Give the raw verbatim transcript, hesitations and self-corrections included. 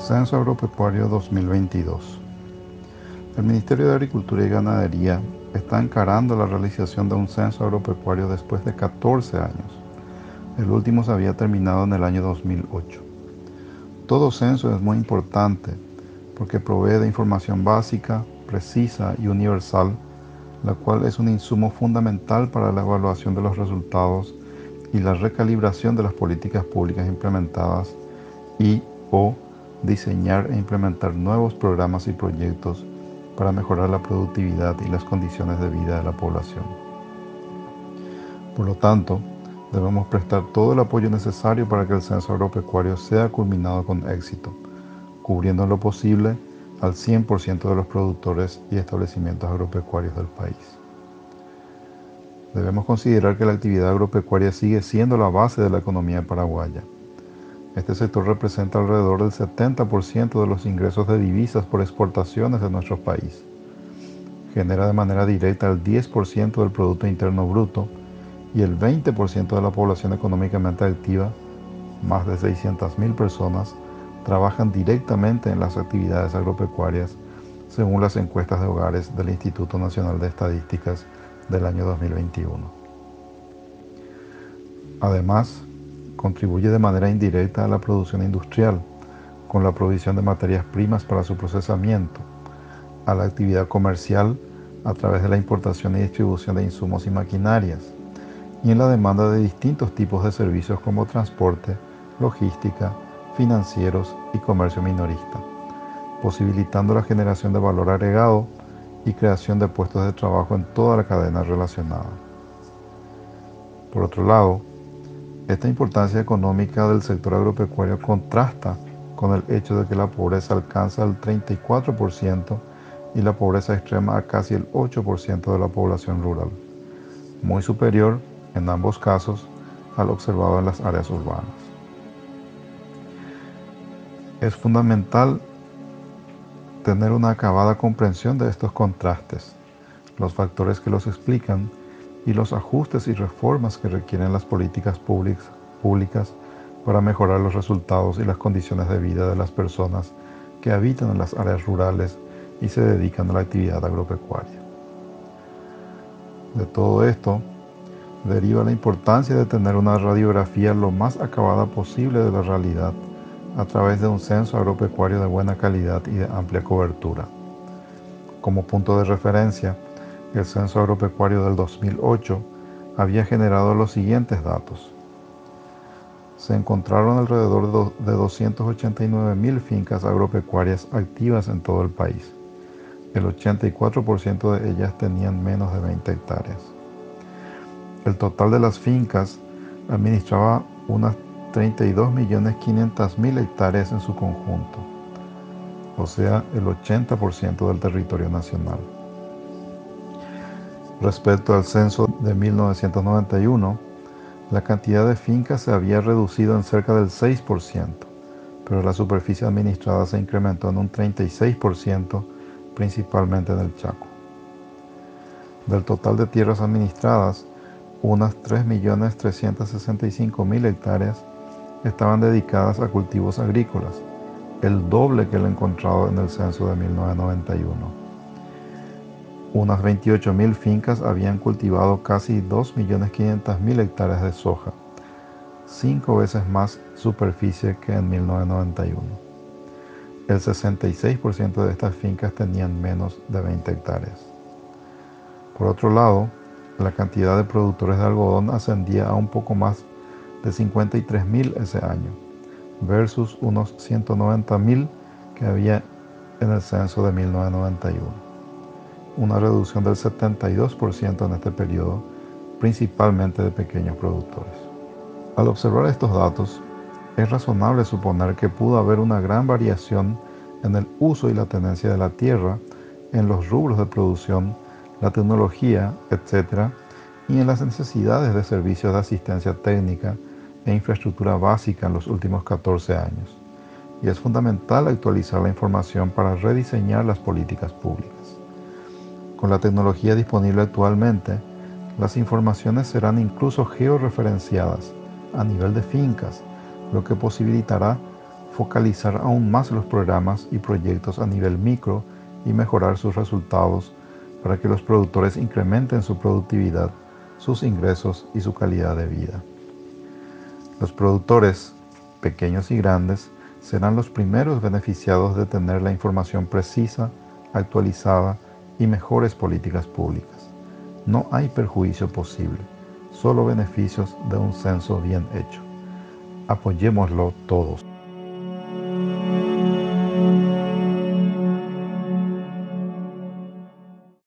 Censo Agropecuario dos mil veintidós. El Ministerio de Agricultura y Ganadería está encarando la realización de un censo agropecuario después de catorce años. El último se había terminado en el año dos mil ocho. Todo censo es muy importante porque provee de información básica, precisa y universal, la cual es un insumo fundamental para la evaluación de los resultados y la recalibración de las políticas públicas implementadas y o diseñar e implementar nuevos programas y proyectos para mejorar la productividad y las condiciones de vida de la población. Por lo tanto, debemos prestar todo el apoyo necesario para que el censo agropecuario sea culminado con éxito, cubriendo en lo posible al cien por ciento de los productores y establecimientos agropecuarios del país. Debemos considerar que la actividad agropecuaria sigue siendo la base de la economía paraguaya. Este sector representa alrededor del setenta por ciento de los ingresos de divisas por exportaciones de nuestro país. Genera de manera directa el diez por ciento del Producto Interno Bruto y el veinte por ciento de la población económicamente activa, más de seiscientas mil personas, trabajan directamente en las actividades agropecuarias, según las encuestas de hogares del Instituto Nacional de Estadísticas del año dos mil veintiuno. Además, contribuye de manera indirecta a la producción industrial, con la provisión de materias primas para su procesamiento, a la actividad comercial a través de la importación y distribución de insumos y maquinarias, y en la demanda de distintos tipos de servicios como transporte, logística, financieros y comercio minorista, posibilitando la generación de valor agregado y creación de puestos de trabajo en toda la cadena relacionada. Por otro lado, esta importancia económica del sector agropecuario contrasta con el hecho de que la pobreza alcanza el treinta y cuatro por ciento y la pobreza extrema a casi el ocho por ciento de la población rural, muy superior, en ambos casos, al observado en las áreas urbanas. Es fundamental tener una acabada comprensión de estos contrastes, los factores que los explican y los ajustes y reformas que requieren las políticas públicas para mejorar los resultados y las condiciones de vida de las personas que habitan en las áreas rurales y se dedican a la actividad agropecuaria. De todo esto deriva la importancia de tener una radiografía lo más acabada posible de la realidad a través de un censo agropecuario de buena calidad y de amplia cobertura. Como punto de referencia, el censo agropecuario del dos mil ocho había generado los siguientes datos. Se encontraron alrededor de doscientas ochenta y nueve mil fincas agropecuarias activas en todo el país. El ochenta y cuatro por ciento de ellas tenían menos de veinte hectáreas. El total de las fincas administraba unas treinta y dos millones quinientas mil hectáreas en su conjunto, o sea, el ochenta por ciento del territorio nacional. Respecto al censo de mil novecientos noventa y uno, la cantidad de fincas se había reducido en cerca del seis por ciento, pero la superficie administrada se incrementó en un treinta y seis por ciento, principalmente en el Chaco. Del total de tierras administradas, unas tres millones trescientas sesenta y cinco mil hectáreas estaban dedicadas a cultivos agrícolas, el doble que el encontrado en el censo de mil novecientos noventa y uno. Unas veintiocho mil fincas habían cultivado casi dos millones quinientas mil hectáreas de soja, cinco veces más superficie que en mil novecientos noventa y uno. El sesenta y seis por ciento de estas fincas tenían menos de veinte hectáreas. Por otro lado, la cantidad de productores de algodón ascendía a un poco más de cincuenta y tres mil ese año, versus unos ciento noventa mil que había en el censo de mil novecientos noventa y uno. Una reducción del setenta y dos por ciento en este periodo, principalmente de pequeños productores. Al observar estos datos, es razonable suponer que pudo haber una gran variación en el uso y la tenencia de la tierra, en los rubros de producción, la tecnología, etcétera, y en las necesidades de servicios de asistencia técnica e infraestructura básica en los últimos catorce años. Y es fundamental actualizar la información para rediseñar las políticas públicas. Con la tecnología disponible actualmente, las informaciones serán incluso georreferenciadas a nivel de fincas, lo que posibilitará focalizar aún más los programas y proyectos a nivel micro y mejorar sus resultados para que los productores incrementen su productividad, sus ingresos y su calidad de vida. Los productores, pequeños y grandes, serán los primeros beneficiados de tener la información precisa, actualizada y mejores políticas públicas. No hay perjuicio posible, solo beneficios de un censo bien hecho. Apoyémoslo todos.